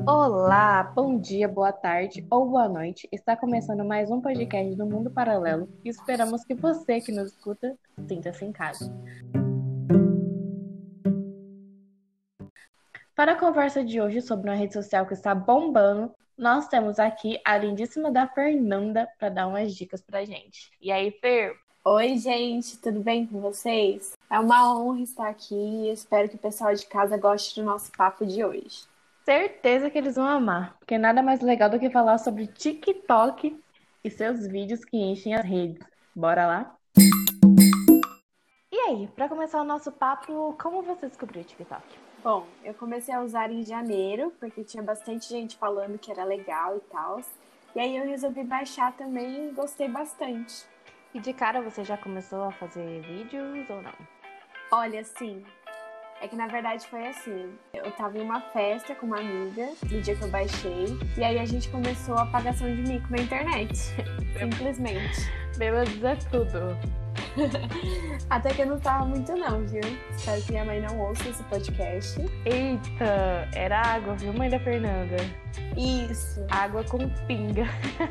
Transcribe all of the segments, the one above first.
Olá, bom dia, boa tarde ou boa noite. Está começando mais um podcast do Mundo Paralelo e esperamos que você que nos escuta sinta-se em casa. Para a conversa de hoje sobre uma rede social que está bombando, nós temos aqui a lindíssima da Fernanda para dar umas dicas pra gente. E aí, Fer? Oi, gente, tudo bem com vocês? É uma honra estar aqui e espero que o pessoal de casa goste do nosso papo de hoje. Certeza que eles vão amar, porque nada mais legal do que falar sobre TikTok e seus vídeos que enchem as redes. Bora lá? E aí, para começar o nosso papo, como você descobriu o TikTok? Bom, eu comecei a usar em janeiro, porque tinha bastante gente falando que era legal e tal. E aí eu resolvi baixar também e gostei bastante. E de cara você já começou a fazer vídeos ou não? Olha, assim, é que na verdade foi assim. Eu tava em uma festa com uma amiga no dia que eu baixei, e aí a gente começou a apagação de mico na internet. Simplesmente. Bêbados é tudo. Até que eu não tava muito não, viu? Espero que minha mãe não ouça esse podcast. Eita, era água, viu, mãe da Fernanda? Isso. Água com pinga.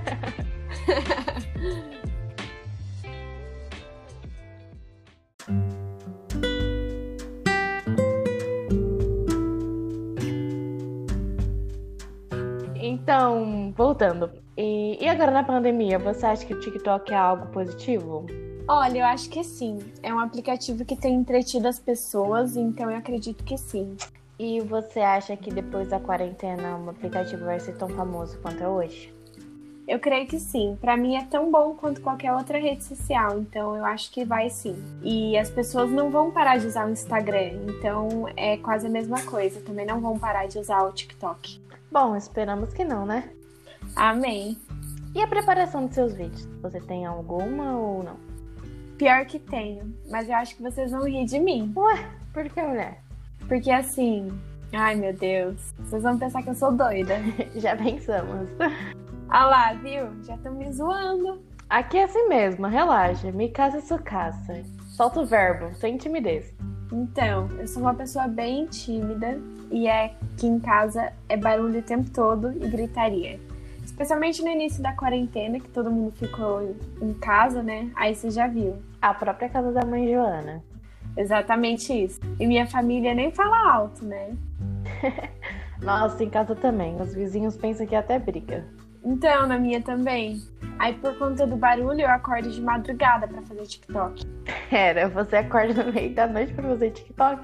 Então, voltando. E agora na pandemia, você acha que o TikTok é algo positivo? Olha, eu acho que sim. É um aplicativo que tem entretido as pessoas, então eu acredito que sim. E você acha que depois da quarentena o aplicativo vai ser tão famoso quanto é hoje? Eu creio que sim. Pra mim é tão bom quanto qualquer outra rede social, então eu acho que vai sim. E as pessoas não vão parar de usar o Instagram, então é quase a mesma coisa. Também não vão parar de usar o TikTok. Bom, esperamos que não, né? Amém. E a preparação dos seus vídeos? Você tem alguma ou não? Pior que tenho, mas eu acho que vocês vão rir de mim. Ué, por que, mulher? Porque assim, ai meu Deus, vocês vão pensar que eu sou doida. Já pensamos. Ah lá, viu? Já estão me zoando. Aqui é assim mesmo, relaxa. Me casa sucaça. Solta o verbo, sem timidez. Então, eu sou uma pessoa bem tímida e aqui em casa é barulho o tempo todo e gritaria. Especialmente no início da quarentena, que todo mundo ficou em casa, né? Aí você já viu. A própria casa da mãe Joana. Exatamente isso. E minha família nem fala alto, né? Nossa, em casa também. Os vizinhos pensam que é até briga. Então, na minha também. Aí, por conta do barulho, eu acordo de madrugada pra fazer TikTok. Você acorda no meio da noite pra fazer TikTok?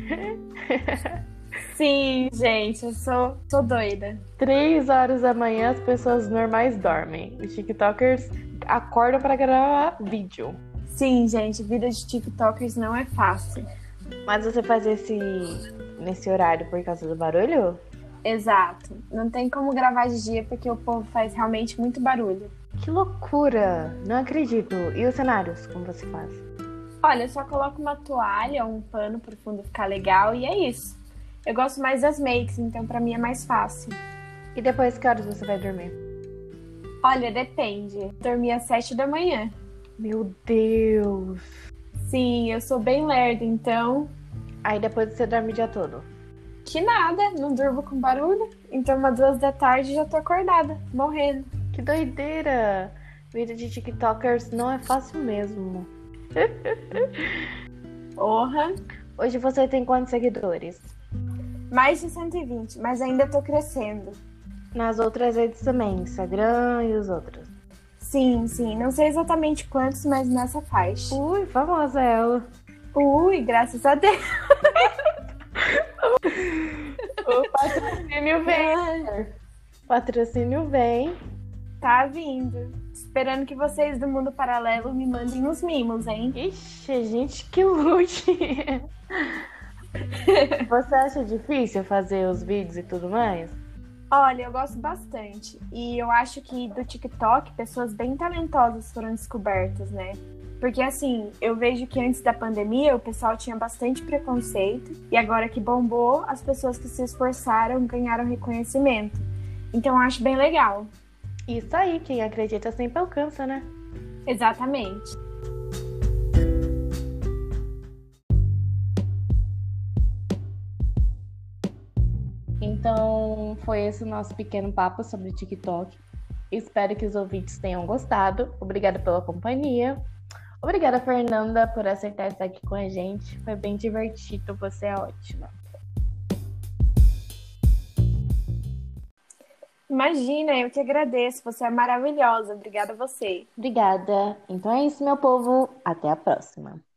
Sim, gente, eu sou doida. 3 horas da manhã as pessoas normais dormem. Os TikTokers acordam pra gravar vídeo. Sim, gente, vida de TikTokers não é fácil. Mas você faz nesse horário por causa do barulho? Exato. Não tem como gravar de dia porque o povo faz realmente muito barulho. Que loucura! Não acredito. E os cenários, como você faz? Olha, eu só coloco uma toalha ou um pano pro fundo ficar legal e é isso. Eu gosto mais das makes, então pra mim é mais fácil. E depois, que horas você vai dormir? Olha, depende. Dormi às 7 da manhã. Meu Deus! Sim, eu sou bem lerda, então... Aí depois você dorme o dia todo? Que nada, não durmo com barulho. Então, umas 2 da tarde já tô acordada, morrendo. Que doideira! Vida de TikTokers não é fácil mesmo. Porra! Hoje você tem quantos seguidores? Mais de 120, mas ainda tô crescendo. Nas outras redes também, Instagram e os outros. Sim, não sei exatamente quantos, mas nessa faixa. Ui, famosa ela. Ui, graças a Deus. O patrocínio vem. Patrocínio vem. Tá vindo. Esperando que vocês do mundo paralelo me mandem uns mimos, hein? Ixi, gente, que lute. Você acha difícil fazer os vídeos e tudo mais? Olha, eu gosto bastante. E eu acho que do TikTok, pessoas bem talentosas foram descobertas, né? Porque assim, eu vejo que antes da pandemia o pessoal tinha bastante preconceito. E agora que bombou, as pessoas que se esforçaram ganharam reconhecimento. Então eu acho bem legal. Isso aí, quem acredita sempre alcança, né? Exatamente. Então, Então, foi esse o nosso pequeno papo sobre TikTok. Espero que os ouvintes tenham gostado. Obrigada pela companhia. Obrigada, Fernanda, por aceitar estar aqui com a gente. Foi bem divertido. Você é ótima. Imagina, eu que agradeço. Você é maravilhosa. Obrigada a você. Obrigada. Então é isso, meu povo. Até a próxima.